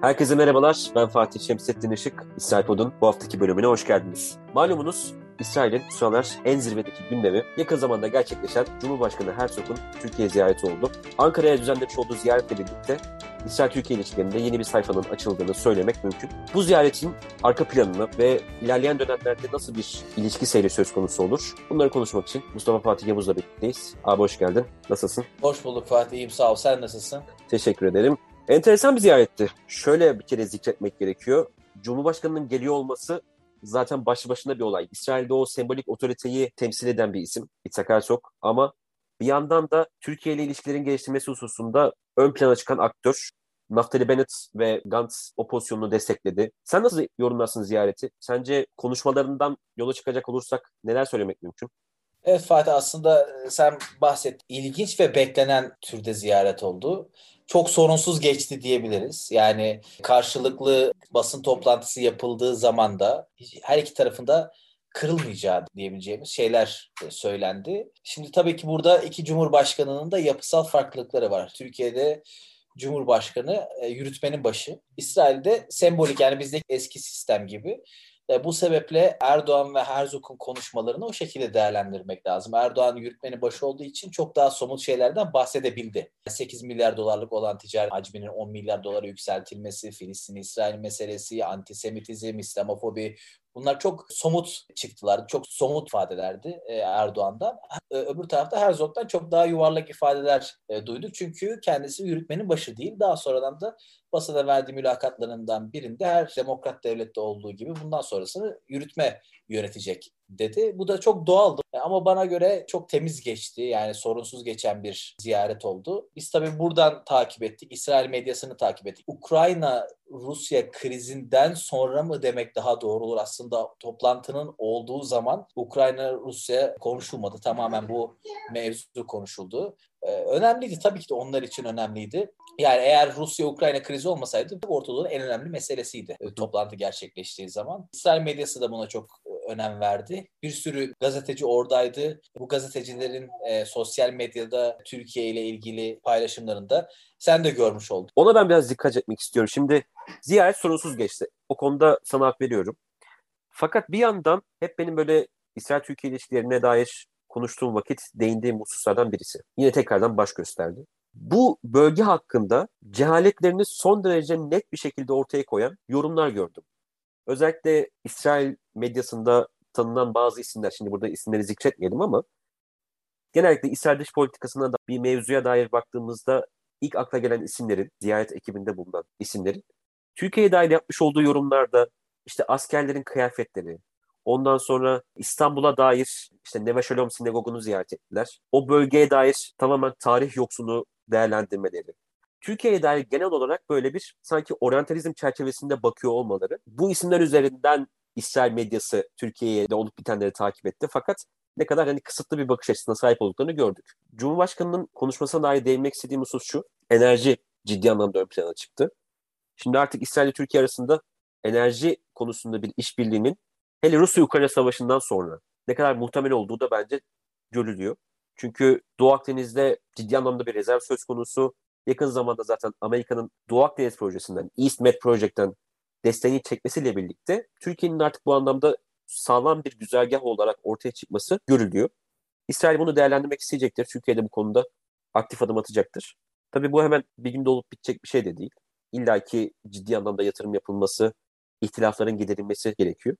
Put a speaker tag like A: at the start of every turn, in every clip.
A: Herkese merhabalar, ben Fatih Şemsettin Işık. İsrail Pod'un bu haftaki bölümüne hoş geldiniz. Malumunuz İsrail'in şu sıralar en zirvedeki gündemi yakın zamanda gerçekleşen Cumhurbaşkanı Herzog'un Türkiye ziyareti oldu. Ankara'ya düzenlemiş olduğu ziyaretle birlikte İsrail-Türkiye ilişkilerinde yeni bir sayfanın açıldığını söylemek mümkün. Bu ziyaretin arka planını ve ilerleyen dönemlerde nasıl bir ilişki seyri söz konusu olur? Bunları konuşmak için Mustafa Fatih Yavuz'la birlikteyiz. Abi hoş geldin. Nasılsın?
B: Hoş bulduk Fatih. İyiyim sağ ol. Sen nasılsın?
A: Teşekkür ederim. Enteresan bir ziyaretti. Şöyle bir kere zikretmek gerekiyor. Cumhurbaşkanının geliyor olması zaten başlı başına bir olay. İsrail'de o sembolik otoriteyi temsil eden bir isim Yitzhak Herzog. Ama bir yandan da Türkiye ile ilişkilerin geliştirmesi hususunda ön plana çıkan aktör. Naftali Bennett ve Gantz o pozisyonunu destekledi. Sen nasıl yorumlarsın ziyareti? Sence konuşmalarından yola çıkacak olursak neler söylemek mümkün?
B: Evet Fatih, aslında sen bahset. İlginç ve beklenen türde ziyaret oldu. Çok sorunsuz geçti diyebiliriz. Yani karşılıklı basın toplantısı yapıldığı zaman da her iki tarafında kırılmayacağı diyebileceğimiz şeyler söylendi. Şimdi tabii ki burada iki cumhurbaşkanının da yapısal farklılıkları var. Türkiye'de Cumhurbaşkanı yürütmenin başı. İsrail'de sembolik, yani bizdeki eski sistem gibi. Bu sebeple Erdoğan ve Herzog'un konuşmalarını o şekilde değerlendirmek lazım. Erdoğan yürütmenin başı olduğu için çok daha somut şeylerden bahsedebildi. 8 milyar dolarlık olan ticaret hacminin 10 milyar dolara yükseltilmesi, Filistin-İsrail meselesi, antisemitizm, İslamofobi, bunlar çok somut çıktılar. Çok somut ifadelerdi Erdoğan'dan. Öbür tarafta Herzog'dan çok daha yuvarlak ifadeler duyduk. Çünkü kendisi yürütmenin başı değil. Daha sonradan da basına verdiği mülakatlarından birinde her demokrat devlette olduğu gibi bundan sonrasını yürütme yönetecek dedi. Bu da çok doğaldı. Ama bana göre çok temiz geçti. Yani sorunsuz geçen bir ziyaret oldu. Biz tabii buradan takip ettik. İsrail medyasını takip ettik. Ukrayna-Rusya krizinden sonra mı demek daha doğru olur? Aslında toplantının olduğu zaman Ukrayna-Rusya konuşulmadı. Tamamen bu mevzu konuşuldu. Önemliydi. Tabii ki de onlar için önemliydi. Yani eğer Rusya-Ukrayna krizi olmasaydı Orta Doğu'nun en önemli meselesiydi toplantı gerçekleştiği zaman. İsrail medyası da buna çok önem verdi. Bir sürü gazeteci oradaydı. Bu gazetecilerin sosyal medyada Türkiye ile ilgili paylaşımlarını da sen de görmüş oldun.
A: Ona ben biraz dikkat etmek istiyorum. Şimdi ziyaret sorunsuz geçti. O konuda sana hak veriyorum. Fakat bir yandan hep benim böyle İsrail-Türkiye ilişkilerine dair konuştuğum vakit değindiğim hususlardan birisi. Yine tekrardan baş gösterdi. Bu bölge hakkında cehaletlerini son derece net bir şekilde ortaya koyan yorumlar gördüm. Özellikle İsrail medyasında tanınan bazı isimler, şimdi burada isimleri zikretmeyelim ama genellikle İsrail dış politikasına da bir mevzuya dair baktığımızda ilk akla gelen isimlerin, ziyaret ekibinde bulunan isimlerin Türkiye'ye dair yapmış olduğu yorumlarda işte askerlerin kıyafetleri, ondan sonra İstanbul'a dair işte Neve Shalom sinagogunu ziyaret ettiler. O bölgeye dair tamamen tarih yoksunu değerlendirmeleri. Türkiye'ye dair genel olarak böyle bir sanki oryantalizm çerçevesinde bakıyor olmaları. Bu isimler üzerinden İsrail medyası Türkiye'de olup bitenleri takip etti. Fakat ne kadar hani kısıtlı bir bakış açısına sahip olduklarını gördük. Cumhurbaşkanının konuşmasına dair değinmek istediğim husus şu. Enerji ciddi anlamda ön plana çıktı. Şimdi artık İsrail ile Türkiye arasında enerji konusunda bir işbirliğinin hele Rusya-Ukrayna savaşından sonra ne kadar muhtemel olduğu da bence görülüyor. Çünkü Doğu Akdeniz'de ciddi anlamda bir rezerv söz konusu. Yakın zamanda zaten Amerika'nın Doğu Akdeniz projesinden, East Med Project'ten desteğini çekmesiyle birlikte Türkiye'nin artık bu anlamda sağlam bir güzergah olarak ortaya çıkması görülüyor. İsrail bunu değerlendirmek isteyecektir. Türkiye de bu konuda aktif adım atacaktır. Tabii bu hemen bir günde olup bitecek bir şey de değil. İlla ki ciddi anlamda yatırım yapılması, ihtilafların giderilmesi gerekiyor.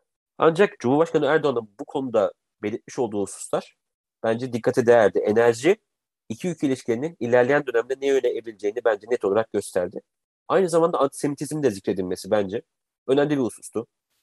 A: Ancak Cumhurbaşkanı Erdoğan'ın bu konuda belirtmiş olduğu hususlar bence dikkate değerdi. Enerji, iki ülke ilişkilerinin ilerleyen dönemde ne yöne evrileceğini bence net olarak gösterdi. Aynı zamanda antisemitizmin de zikredilmesi bence önemli bir husustu.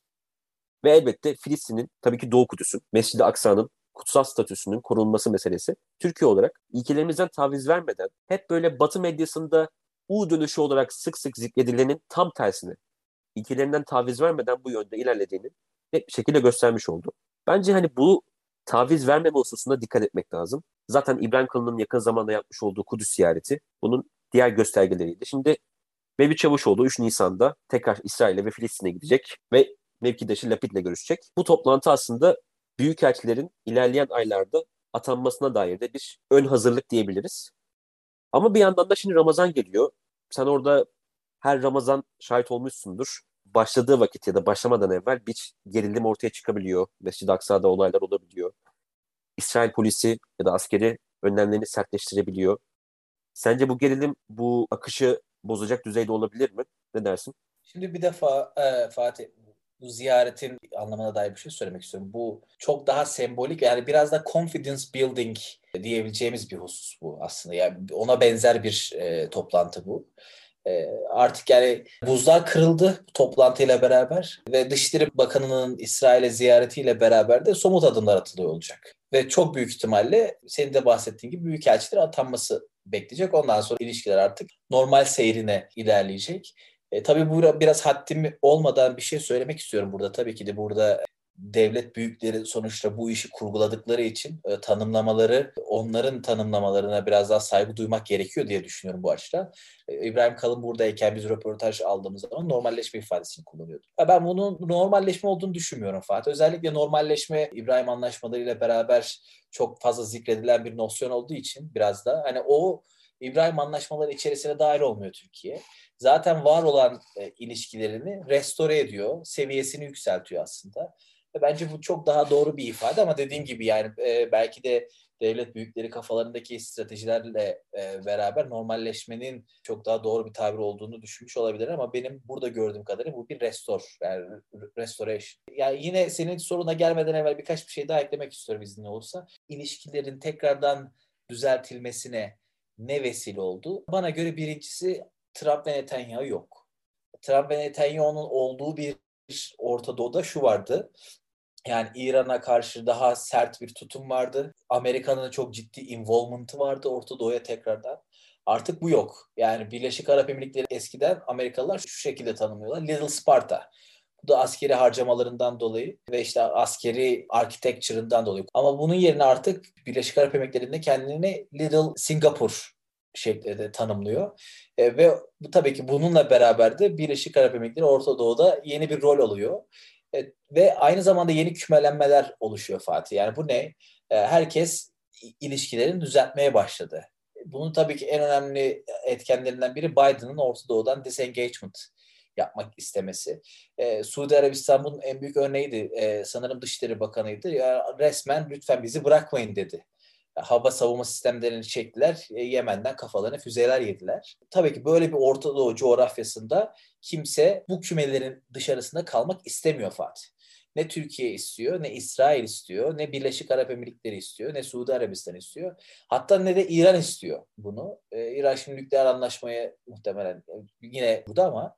A: Ve elbette Filistin'in, tabii ki Doğu Kudüs'ün, Mescid-i Aksa'nın kutsal statüsünün korunması meselesi. Türkiye olarak ilkelerimizden taviz vermeden hep böyle Batı medyasında U dönüşü olarak sık sık zikredilenin tam tersine ilkelerinden taviz vermeden bu yönde ilerlediğini net bir şekilde göstermiş oldu. Bence hani bu taviz vermeme hususunda dikkat etmek lazım. Zaten İbrahim Kalın'ın yakın zamanda yapmış olduğu Kudüs ziyareti bunun diğer göstergeleriydi. Şimdi Mevlüt Çavuşoğlu 3 Nisan'da tekrar İsrail'e ve Filistin'e gidecek ve mevkidaşı Lapid'le görüşecek. Bu toplantı aslında büyükelçilerin ilerleyen aylarda atanmasına dair de bir ön hazırlık diyebiliriz. Ama bir yandan da şimdi Ramazan geliyor. Sen orada her Ramazan şahit olmuşsundur. Başladığı vakit ya da başlamadan evvel bir gerilim ortaya çıkabiliyor. Mescid-i Aksa'da olaylar olabiliyor. İsrail polisi ya da askeri önlemlerini sertleştirebiliyor. Sence bu gerilim bu akışı bozacak düzeyde olabilir mi? Ne dersin?
B: Şimdi bir defa Fatih, bu ziyaretin anlamına dair bir şey söylemek istiyorum. Bu çok daha sembolik, yani biraz da confidence building diyebileceğimiz bir husus bu aslında. Yani ona benzer bir toplantı bu. Artık yani buzlar kırıldı bu toplantıyla beraber ve Dışişleri Bakanı'nın İsrail'e ziyaretiyle beraber de somut adımlar atılıyor olacak. Ve çok büyük ihtimalle senin de bahsettiğin gibi büyükelçilerin atanması bekleyecek. Ondan sonra ilişkiler artık normal seyrine ilerleyecek. Tabii bu biraz haddim olmadan bir şey söylemek istiyorum burada. Tabii ki de burada devlet büyükleri sonuçta bu işi kurguladıkları için onların tanımlamalarına biraz daha saygı duymak gerekiyor diye düşünüyorum bu açıdan. İbrahim Kalın buradayken biz röportaj aldığımız zaman normalleşme ifadesini kullanıyordu. Ben bunun normalleşme olduğunu düşünmüyorum Fatih. Özellikle normalleşme İbrahim anlaşmalarıyla beraber çok fazla zikredilen bir nosyon olduğu için biraz da hani o İbrahim anlaşmaları içerisine dahil olmuyor Türkiye. Zaten var olan ilişkilerini restore ediyor, seviyesini yükseltiyor aslında. Bence bu çok daha doğru bir ifade ama dediğim gibi yani belki de devlet büyükleri kafalarındaki stratejilerle beraber normalleşmenin çok daha doğru bir tabir olduğunu düşünmüş olabilir ama benim burada gördüğüm kadarıyla bu bir yani restoration. Yani yine senin soruna gelmeden evvel birkaç bir şey daha eklemek istiyorum iznin olursa. İlişkilerin tekrardan düzeltilmesine ne vesile oldu? Bana göre birincisi Trump ve Netanyahu yok. Trump ve Netanyahu'nun olduğu bir Orta Doğu'da şu vardı. Yani İran'a karşı daha sert bir tutum vardı. Amerika'nın çok ciddi involvement'ı vardı Orta Doğu'ya tekrardan. Artık bu yok. Yani Birleşik Arap Emirlikleri eskiden Amerikalılar şu şekilde tanımlıyorlar. Little Sparta. Bu da askeri harcamalarından dolayı ve işte askeri architecture'ından dolayı. Ama bunun yerine artık Birleşik Arap Emirlikleri'nde kendini Little Singapur şeklinde tanımlıyor. Ve bu tabii ki bununla beraber de Birleşik Arap Emirlikleri Orta Doğu'da yeni bir rol alıyor. Ve aynı zamanda yeni kümelenmeler oluşuyor Fatih. Yani bu ne? Herkes ilişkilerini düzeltmeye başladı. Bunun tabii ki en önemli etkenlerinden biri Biden'ın Orta Doğu'dan disengagement yapmak istemesi. Suudi Arabistan bunun en büyük örneğiydi. Sanırım Dışişleri Bakanı'ydı. Ya, resmen lütfen bizi bırakmayın dedi. Hava savunma sistemlerini çektiler. Yemen'den kafalarına füzeler yediler. Tabii ki böyle bir Orta Doğu coğrafyasında kimse bu kümelerin dışarısında kalmak istemiyor Fatih. Ne Türkiye istiyor, ne İsrail istiyor, ne Birleşik Arap Emirlikleri istiyor, ne Suudi Arabistan istiyor. Hatta ne de İran istiyor bunu. İran şimdi nükleer anlaşmaya muhtemelen yine burada ama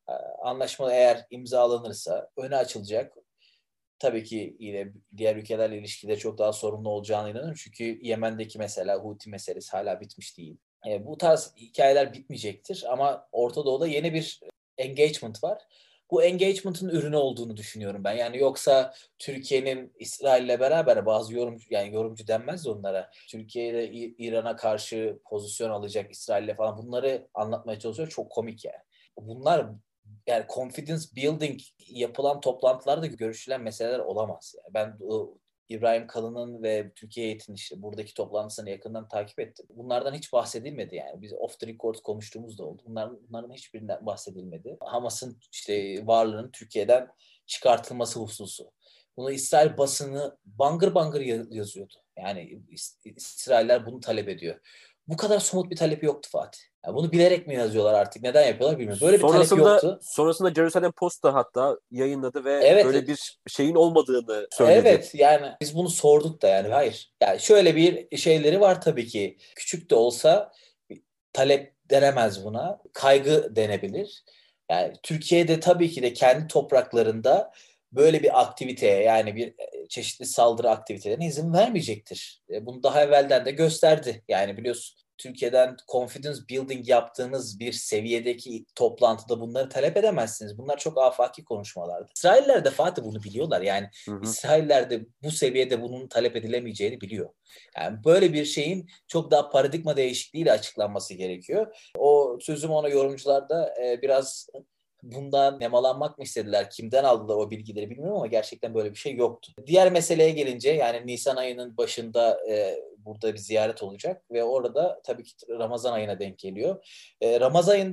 B: anlaşma eğer imzalanırsa öne açılacak. Tabii ki yine diğer ülkelerle ilişkileri çok daha sorunlu olacağına inanıyorum. Çünkü Yemen'deki mesela Huti meselesi hala bitmiş değil. Bu tarz hikayeler bitmeyecektir ama Orta Doğu'da yeni bir engagement var. Bu engagement'ın ürünü olduğunu düşünüyorum ben. Yani yoksa Türkiye'nin İsrail'le beraber bazı yorumcu, yani yorumcu denmez de onlara. Türkiye'de İran'a karşı pozisyon alacak İsrail'le falan bunları anlatmaya çalışıyor. Çok komik yani. Bunlar yani confidence building yapılan toplantılarda görüşülen meseleler olamaz. Yani ben İbrahim Kalın'ın ve Türkiye heyetinin işte buradaki toplantısını yakından takip ettim. Bunlardan hiç bahsedilmedi yani. Biz off the record konuştuğumuz da oldu. Bunların hiçbirinden bahsedilmedi. Hamas'ın işte varlığının Türkiye'den çıkartılması hususu. Bunu İsrail basını bangır bangır yazıyordu. Yani İsrailler bunu talep ediyor. Bu kadar somut bir talepi yoktu Fatih. Yani bunu bilerek mi yazıyorlar artık? Neden yapıyorlar bilmiyorum. Böyle bir talep
A: Sonrasında
B: yoktu.
A: sonrasında Jerusalem Post da hatta yayınladı ve
B: Evet,
A: böyle bir şeyin olmadığını söyledi.
B: evet yani biz bunu sorduk da yani hayır. Yani şöyle bir şeyleri var tabii ki. Küçük de olsa talep denemez buna. Kaygı denebilir. Yani Türkiye'de tabii ki de kendi topraklarında böyle bir aktiviteye yani bir çeşitli saldırı aktivitelerine izin vermeyecektir. Bunu daha evvelden de gösterdi. Yani biliyorsun Türkiye'den confidence building yaptığınız bir seviyedeki toplantıda bunları talep edemezsiniz. Bunlar çok afaki konuşmalardı. İsrailler de Fatih bunu biliyorlar. Yani
A: Hı hı.
B: İsrailler de bu seviyede bunun talep edilemeyeceğini biliyor. Yani böyle bir şeyin çok daha paradigma değişikliğiyle açıklanması gerekiyor. O sözüm ona yorumcular da biraz bundan nemalanmak mı istediler? Kimden aldılar o bilgileri bilmiyorum ama gerçekten böyle bir şey yoktu. Diğer meseleye gelince yani Nisan ayının başında burada bir ziyaret olacak ve orada tabii ki Ramazan ayına denk geliyor. Ramazan ayında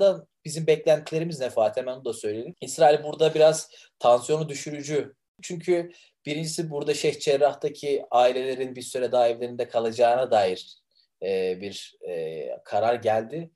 B: Bizim beklentilerimiz ne Fatih? Hemen onu da söyleyelim. İsrail burada biraz tansiyonu düşürücü. Çünkü birincisi burada Şeyh Cerrah'taki ailelerin bir süre daha evlerinde kalacağına dair bir karar geldi.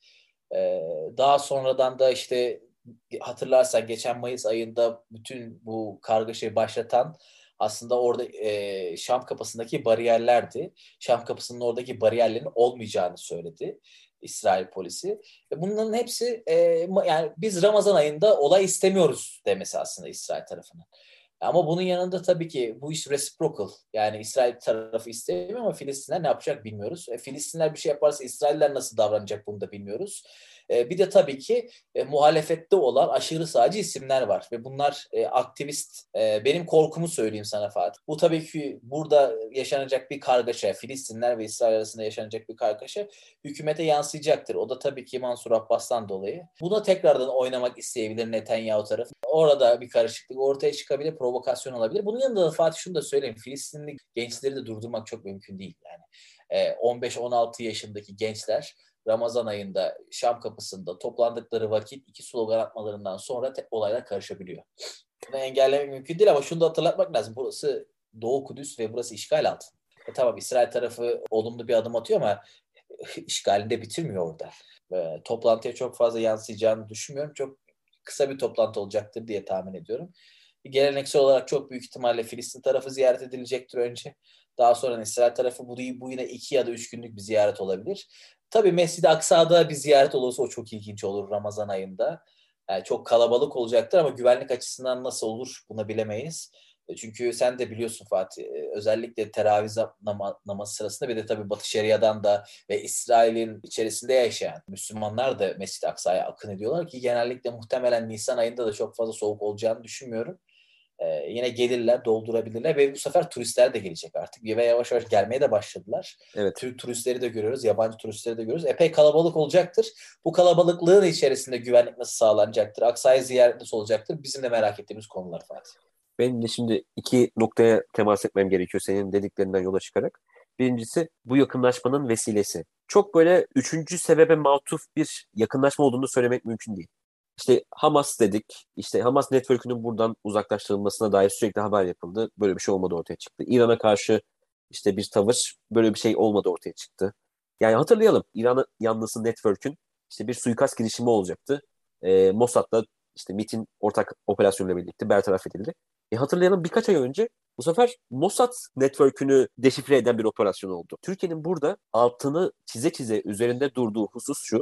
B: Daha sonradan da işte hatırlarsan geçen Mayıs ayında bütün bu kargaşayı başlatan aslında orada Şam kapısındaki bariyerlerdi. Şam kapısının oradaki bariyerlerin olmayacağını söyledi İsrail polisi. Ve bunların hepsi yani biz Ramazan ayında olay istemiyoruz demesi aslında İsrail tarafının. Ama bunun yanında tabii ki bu iş reciprocal. Yani İsrail tarafı istemiyor ama Filistinler ne yapacak bilmiyoruz. Filistinler bir şey yaparsa İsrailler nasıl davranacak bunu da bilmiyoruz. Bir de tabii ki muhalefette olan aşırı sağcı isimler var. Ve bunlar aktivist. Benim korkumu söyleyeyim sana Fatih. Bu tabii ki burada yaşanacak bir kargaşa, Filistinler ve İsrail arasında yaşanacak bir kargaşa hükümete yansıyacaktır. O da tabii ki Mansur Abbas'tan dolayı. Buna tekrardan oynamak isteyebilir Netanyahu tarafı. Orada bir karışıklık ortaya çıkabilir, provokasyon olabilir. Bunun yanında da Fatih şunu da söyleyeyim. Filistinli gençleri de durdurmak çok mümkün değil. Yani 15-16 yaşındaki gençler Ramazan ayında Şam kapısında toplandıkları vakit iki slogan atmalarından sonra olaylar karışabiliyor. Bunu engellemek mümkün değil ama şunu da hatırlatmak lazım. Burası Doğu Kudüs ve burası işgal altında. Tamam İsrail tarafı olumlu bir adım atıyor ama işgalinde bitirmiyor orada. Toplantıya çok fazla yansıyacağını düşünmüyorum. Çok kısa bir toplantı olacaktır diye tahmin ediyorum. Geleneksel olarak çok büyük ihtimalle Filistin tarafı ziyaret edilecektir önce. Daha sonra İsrail tarafı bu yine 2 ya da 3 günlük bir ziyaret olabilir. Tabii Mescid-i Aksa'da bir ziyaret olursa o çok ilginç olur Ramazan ayında. Yani çok kalabalık olacaktır ama güvenlik açısından nasıl olur bunu bilemeyiz. Çünkü sen de biliyorsun Fatih, özellikle teravih namazı sırasında bir de tabii Batı Şeria'dan da ve İsrail'in içerisinde yaşayan Müslümanlar da Mescid-i Aksa'ya akın ediyorlar ki genellikle muhtemelen Nisan ayında da çok fazla soğuk olacağını düşünmüyorum. Yine gelirler, doldurabilirler ve bu sefer turistler de gelecek artık. Ve yavaş yavaş gelmeye de başladılar.
A: Evet.
B: Türk turistleri de görüyoruz, yabancı turistleri de görüyoruz. Epey kalabalık olacaktır. Bu kalabalıklığın içerisinde güvenlik nasıl sağlanacaktır? Aksa'yı ziyaret nasıl olacaktır? Bizim de merak ettiğimiz konular Fatih.
A: Benim de şimdi iki noktaya temas etmem gerekiyor senin dediklerinden yola çıkarak. Birincisi bu yakınlaşmanın vesilesi. Çok böyle üçüncü sebebe matuf bir yakınlaşma olduğunu söylemek mümkün değil. İşte Hamas dedik. İşte Hamas network'ünün buradan uzaklaştırılmasına dair sürekli haber yapıldı. Böyle bir şey olmadı ortaya çıktı. İran'a karşı işte bir tavır, böyle bir şey olmadı ortaya çıktı. Yani hatırlayalım, İran yanlısı network'ün işte bir suikast girişimi olacaktı. Mossad'la işte MIT'in ortak operasyonuyla birlikte bertaraf edildi. Hatırlayalım, birkaç ay önce bu sefer Mossad network'ünü deşifre eden bir operasyon oldu. Türkiye'nin burada altını çize çize üzerinde durduğu husus şu: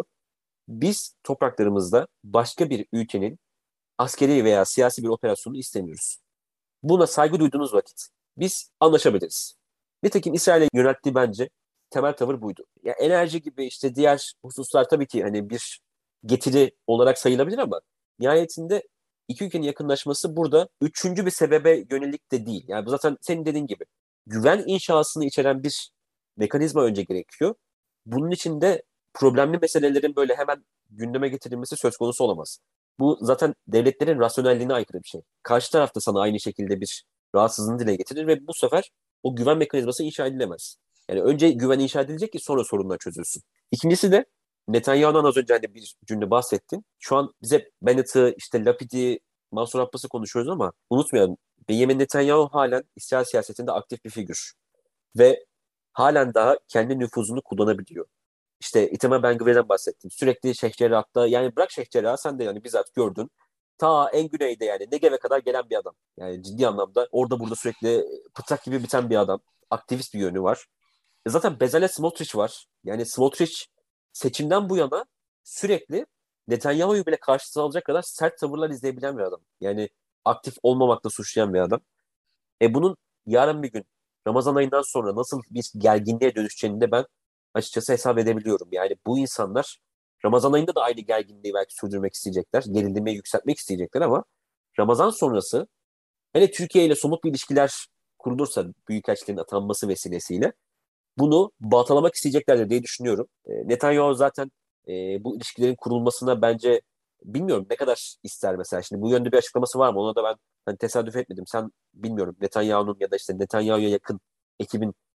A: biz topraklarımızda başka bir ülkenin askeri veya siyasi bir operasyonu istemiyoruz. Buna saygı duyduğunuz vakit biz anlaşabiliriz. Nitekim İsrail'e yönelttiği bence temel tavır buydu. Ya enerji gibi işte diğer hususlar tabii ki hani bir getiri olarak sayılabilir ama nihayetinde iki ülkenin yakınlaşması burada üçüncü bir sebebe yönelik de değil. Yani bu zaten senin dediğin gibi güven inşasını içeren bir mekanizma önce gerekiyor. Bunun için de problemli meselelerin böyle hemen gündeme getirilmesi söz konusu olamaz. Bu zaten devletlerin rasyonelliğine aykırı bir şey. Karşı taraf da sana aynı şekilde bir rahatsızlığını dile getirir ve bu sefer o güven mekanizması inşa edilemez. Yani önce güven inşa edilecek ki sonra sorunlar çözülsün. İkincisi de Netanyahu'dan az önce hani bir cümle bahsettin. Şu an bize Bennett'ı, işte Lapid'i, Mansur Abbas'ı konuşuyoruz ama unutmayalım, Benjamin Netanyahu halen İsrail siyasetinde aktif bir figür. Ve halen daha kendi nüfuzunu kullanabiliyor. İşte Itamar Ben Gvir'den bahsettim. Sürekli Şeyh Cerrah'ta, yani bırak Şeyh Cerrah'ı, sen de yani bizzat gördün. Ta en güneyde yani Negev'e kadar gelen bir adam. Yani ciddi anlamda orada burada sürekli pıtrak gibi biten bir adam. Aktivist bir yönü var. Zaten Bezalel Smotrich var. Yani Smotrich seçimden bu yana sürekli Netanyahu'yu bile karşısına alacak kadar sert tavırlar izleyebilen bir adam. Yani aktif olmamakla suçlayan bir adam. Bunun yarın bir gün Ramazan ayından sonra nasıl bir gerginliğe dönüşeceğini de ben açıkçası hesap edebiliyorum. Yani bu insanlar Ramazan ayında da aynı gerginliği belki sürdürmek isteyecekler. Gerilimi yükseltmek isteyecekler ama Ramazan sonrası hele Türkiye ile somut bir ilişkiler kurulursa büyükelçilerin atanması vesilesiyle bunu baltalamak isteyeceklerdir diye düşünüyorum. Netanyahu zaten bu ilişkilerin kurulmasına bence bilmiyorum ne kadar ister mesela. Şimdi bu yönde bir açıklaması var mı? Ona da ben hani tesadüf etmedim. Sen bilmiyorum Netanyahu'nun ya da işte Netanyahu'ya yakın ekibin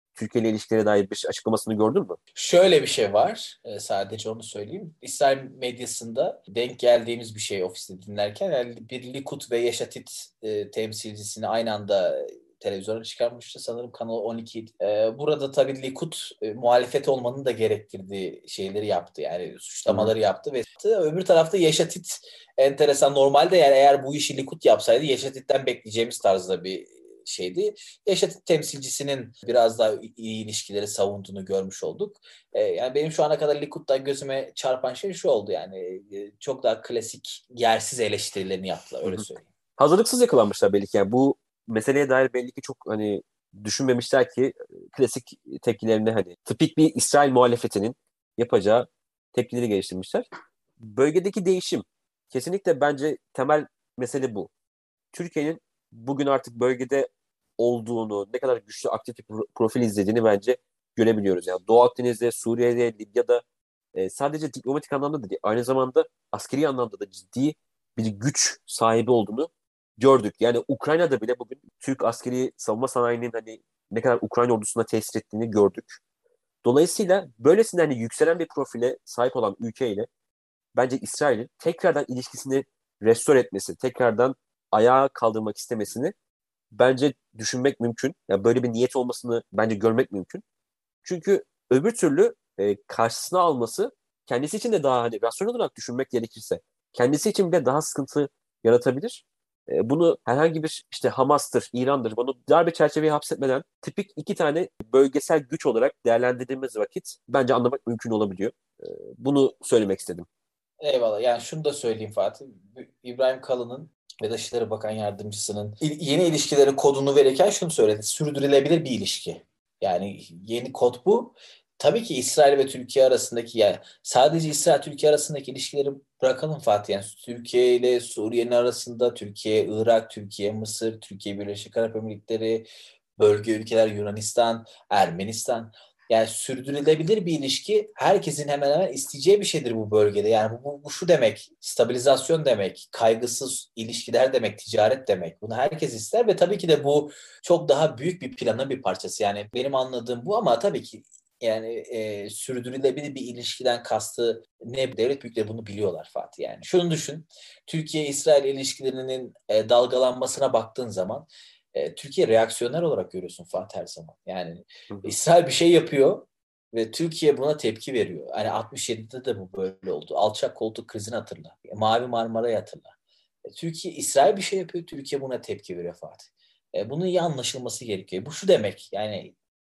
A: Türkiye ile ilişkilere dair bir açıklamasını gördün mü?
B: Şöyle bir şey var. Sadece onu söyleyeyim. İsrail medyasında denk geldiğimiz bir şey ofiste dinlerken, yani bir Likud ve Yeşatit temsilcisini aynı anda televizyona çıkarmıştı. Sanırım Kanal 12. Burada tabii Likud muhalefet olmanın da gerektirdiği şeyleri yaptı. Yani
A: Hı hı.
B: suçlamaları yaptı ve öbür tarafta Yeşatit enteresan. Normalde yani eğer bu işi Likud yapsaydı Yeşatit'ten bekleyeceğimiz tarzda bir şeydi. Yeşatit temsilcisinin biraz daha iyi ilişkileri savunduğunu görmüş olduk. Yani benim şu ana kadar Likud'dan gözüme çarpan şey şu oldu, yani çok daha klasik yersiz eleştirilerini yaptılar,
A: Hı
B: öyle
A: hı.
B: söyleyeyim.
A: Hazırlıksız yakalanmışlar belli ki. Yani bu meseleye dair belli ki çok hani düşünmemişler ki klasik tepkilerini hani tipik bir İsrail muhalefetinin yapacağı tepkileri geliştirmişler. Bölgedeki değişim kesinlikle bence temel mesele bu. Türkiye'nin bugün artık bölgede olduğunu, ne kadar güçlü aktif bir profil izlediğini bence görebiliyoruz. Yani Doğu Akdeniz'de, Suriye'de, Libya'da sadece diplomatik anlamda da değil, aynı zamanda askeri anlamda da ciddi bir güç sahibi olduğunu gördük. Yani Ukrayna'da bile bugün Türk askeri savunma sanayinin hani ne kadar Ukrayna ordusuna tesir ettiğini gördük. Dolayısıyla böylesine hani yükselen bir profile sahip olan ülkeyle bence İsrail'in tekrardan ilişkisini restore etmesi, tekrardan ayağa kaldırmak istemesini bence düşünmek mümkün. Yani böyle bir niyet olmasını bence görmek mümkün. Çünkü öbür türlü karşısına alması kendisi için de daha hani rasyonel olarak düşünmek gerekirse kendisi için bile daha sıkıntı yaratabilir. Bunu herhangi bir işte Hamas'tır, İran'dır bunu dar bir çerçeveye hapsetmeden tipik iki tane bölgesel güç olarak değerlendirdiğimiz vakit bence anlamak mümkün olabiliyor. E, Bunu söylemek istedim.
B: Eyvallah. Yani şunu da söyleyeyim Fatih. İbrahim Kalın'ın ve Dışişleri Bakan Yardımcısının yeni ilişkilerin kodunu verirken şunu söyledi. Sürdürülebilir bir ilişki. Yani yeni kod bu. Tabii ki İsrail ve Türkiye arasındaki, yani sadece İsrail-Türkiye arasındaki ilişkileri bırakalım Fatih. Yani Türkiye ile Suriye'nin arasında, Türkiye-Irak, Türkiye-Mısır, Türkiye-Birleşik Arap Emirlikleri, bölge ülkeler Yunanistan, Ermenistan. Yani sürdürülebilir bir ilişki herkesin hemen hemen isteyeceği bir şeydir bu bölgede. Yani bu şu demek, stabilizasyon demek, kaygısız ilişkiler demek, ticaret demek. Bunu herkes ister ve tabii ki de bu çok daha büyük bir planın bir parçası. Yani benim anladığım bu, ama tabii ki yani sürdürülebilir bir ilişkiden kastı ne, devlet büyükleri bunu biliyorlar Fatih. Yani şunu düşün, Türkiye-İsrail ilişkilerinin dalgalanmasına baktığın zaman Türkiye reaksiyoner olarak görüyorsun Fatih her zaman. Yani
A: Hı hı.
B: İsrail bir şey yapıyor ve Türkiye buna tepki veriyor. Hani 67'de de bu böyle oldu. Alçak koltuk krizini hatırla. Mavi Marmara'yı hatırla. Türkiye, İsrail bir şey yapıyor, Türkiye buna tepki veriyor Fatih. Bunun iyi anlaşılması gerekiyor. Bu şu demek, yani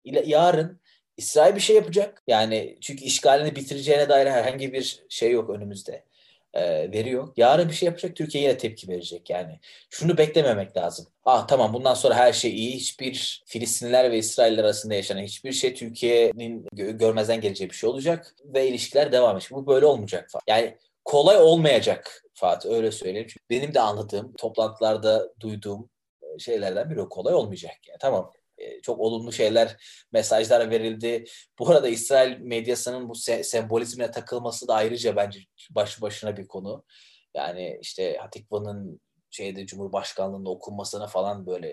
B: yarın İsrail bir şey yapacak. Yani çünkü işgalini bitireceğine dair herhangi bir şey yok önümüzde. Veri yok. Yarın bir şey yapacak, Türkiye yine tepki verecek yani. Şunu beklememek lazım. Ah tamam, bundan sonra her şey iyi. Hiçbir Filistinliler ve İsrailler arasında yaşanan hiçbir şey Türkiye'nin görmezden geleceği bir şey olacak ve ilişkiler devam edecek. Bu böyle olmayacak falan. Yani kolay olmayacak Fatih, öyle söyleyeyim. Çünkü benim de anladığım, toplantılarda duyduğum şeylerden biri, o kolay olmayacak. Yani tamam, çok olumlu şeyler, mesajlar verildi. Bu arada İsrail medyasının bu sembolizmine takılması da ayrıca bence başlı başına bir konu. Yani işte Hatikva'nın Cumhurbaşkanlığında okunmasına falan böyle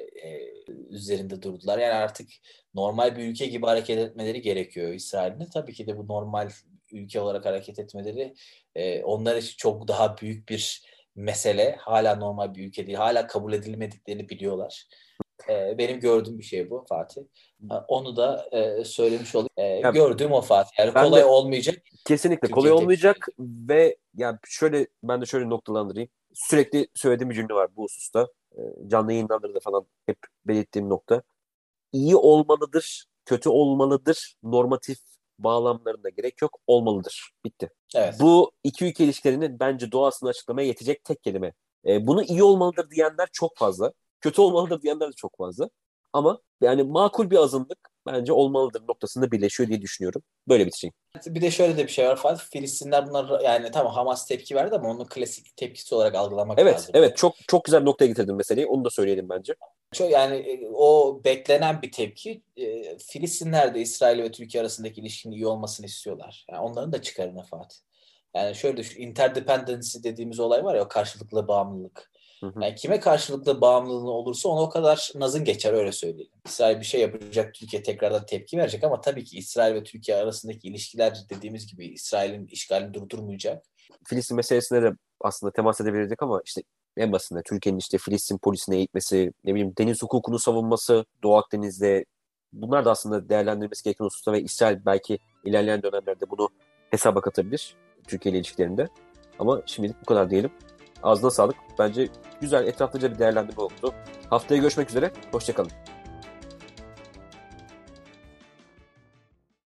B: üzerinde durdular. Yani artık normal bir ülke gibi hareket etmeleri gerekiyor İsrail'in. Tabii ki de bu normal ülke olarak hareket etmeleri onlar için çok daha büyük bir mesele. Hala normal bir ülke değil. Hala kabul edilmediklerini biliyorlar. Benim gördüğüm bir şey bu Fatih. Onu da söylemiş olayım.
A: Ya
B: Gördüğüm o Fatih. Yani
A: ben
B: kolay
A: de
B: olmayacak.
A: kesinlikle kolay
B: Türkiye tepki
A: olmayacak
B: verecek.
A: ve ya şöyle ben de şöyle noktalandırayım. Sürekli söylediğim bir cümle var bu hususta. Canlı yayınlarda da falan hep belirttiğim nokta. İyi olmalıdır, kötü olmalıdır. Normatif bağlamlarında gerek yok, olmalıdır. Bitti.
B: Evet.
A: Bu iki ülke ilişkilerinin bence doğasını açıklamaya yetecek tek kelime. Bunu iyi olmalıdır diyenler çok fazla. Kötü olmalıdır diyenler de çok fazla. Ama yani makul bir azınlık bence olmalıdır noktasında birleşiyor diye düşünüyorum. Böyle bitireyim.
B: Bir de şöyle de bir şey var Fatih. Filistinler bunlar, yani tamam Hamas tepki verdi ama onun klasik tepkisi olarak algılamak
A: Evet,
B: lazım.
A: evet çok çok güzel bir noktaya getirdin meseleyi. Onu da söyleyelim bence.
B: Çok, yani o beklenen bir tepki. Filistinler de İsrail ve Türkiye arasındaki ilişkinin iyi olmasını istiyorlar. Yani onların da çıkarına Fatih. Yani şöyle düşün, interdependency dediğimiz olay var ya, o karşılıklı bağımlılık.
A: Hı hı.
B: Yani kime karşılıklı bağımlılığın olursa ona o kadar nazın geçer, öyle söyleyeyim. İsrail bir şey yapacak, Türkiye tekrardan tepki verecek ama tabii ki İsrail ve Türkiye arasındaki ilişkiler dediğimiz gibi İsrail'in işgalini durdurmayacak.
A: Filistin meselesine de aslında temas edebilirdik ama işte en basitinden Türkiye'nin işte Filistin polisine eğitmesi, ne bileyim deniz hukukunu savunması, Doğu Akdeniz'de, bunlar da aslında değerlendirilmesi gereken hususlar ve İsrail belki ilerleyen dönemlerde bunu hesaba katabilir Türkiye ile ilişkilerinde. Ama şimdilik bu kadar diyelim. Ağzına sağlık. Bence güzel, etraflıca bir değerlendirme oldu. Haftaya görüşmek üzere. Hoşça kalın.